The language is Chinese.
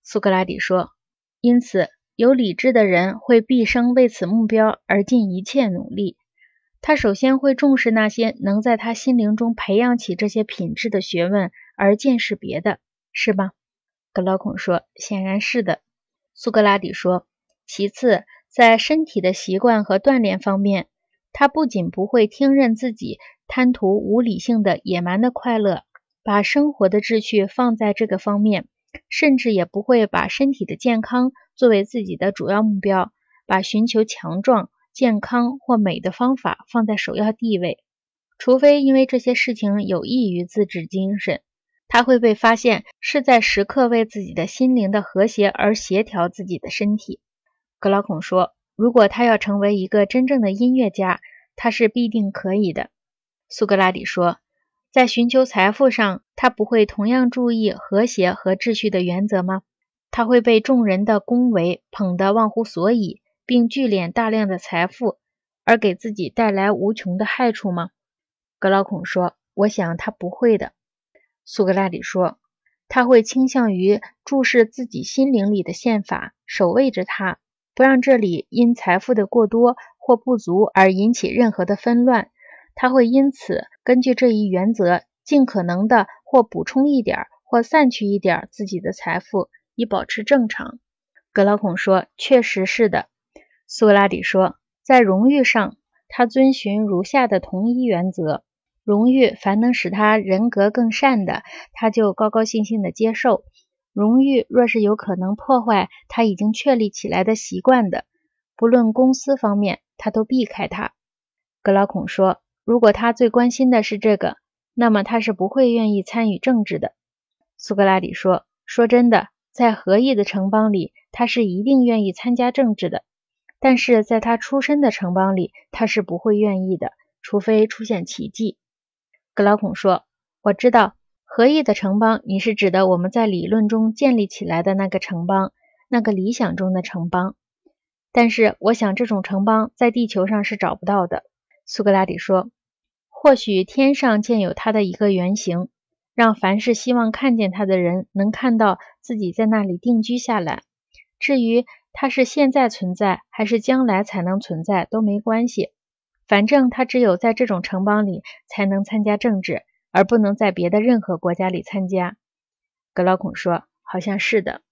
苏格拉底说，因此有理智的人会毕生为此目标而尽一切努力。他首先会重视那些能在他心灵中培养起这些品质的学问，而见识别的，是吧？格劳孔说，显然是的。苏格拉底说，其次，在身体的习惯和锻炼方面，他不仅不会听任自己贪图无理性的野蛮的快乐，把生活的志趣放在这个方面，甚至也不会把身体的健康作为自己的主要目标，把寻求强壮、健康或美的方法放在首要地位，除非因为这些事情有益于自制精神，他会被发现是在时刻为自己的心灵的和谐而协调自己的身体。格劳孔说，如果他要成为一个真正的音乐家，他是必定可以的。苏格拉底说，在寻求财富上，他不会同样注意和谐和秩序的原则吗？他会被众人的恭维捧得忘乎所以，并聚敛大量的财富，而给自己带来无穷的害处吗？格劳孔说，我想他不会的。苏格拉底说，他会倾向于注视自己心灵里的宪法，守卫着它，不让这里因财富的过多或不足而引起任何的纷乱。他会因此根据这一原则，尽可能的或补充一点或散去一点自己的财富，以保持正常。格劳孔说，确实是的。苏格拉底说，在荣誉上，他遵循如下的同一原则：荣誉凡能使他人格更善的，他就高高兴兴的接受；荣誉若是有可能破坏他已经确立起来的习惯的，不论公私方面，他都避开它。格劳孔说，如果他最关心的是这个，那么他是不会愿意参与政治的。苏格拉底说，说真的，在和议的城邦里，他是一定愿意参加政治的，但是在他出身的城邦里，他是不会愿意的，除非出现奇迹。格劳孔说，我知道，和议的城邦，你是指的我们在理论中建立起来的那个城邦，那个理想中的城邦。但是我想这种城邦在地球上是找不到的。苏格拉底说，或许天上建有它的一个原型，让凡是希望看见它的人能看到自己在那里定居下来。至于它是现在存在还是将来才能存在都没关系，反正它只有在这种城邦里才能参加政治，而不能在别的任何国家里参加。格劳孔说，好像是的。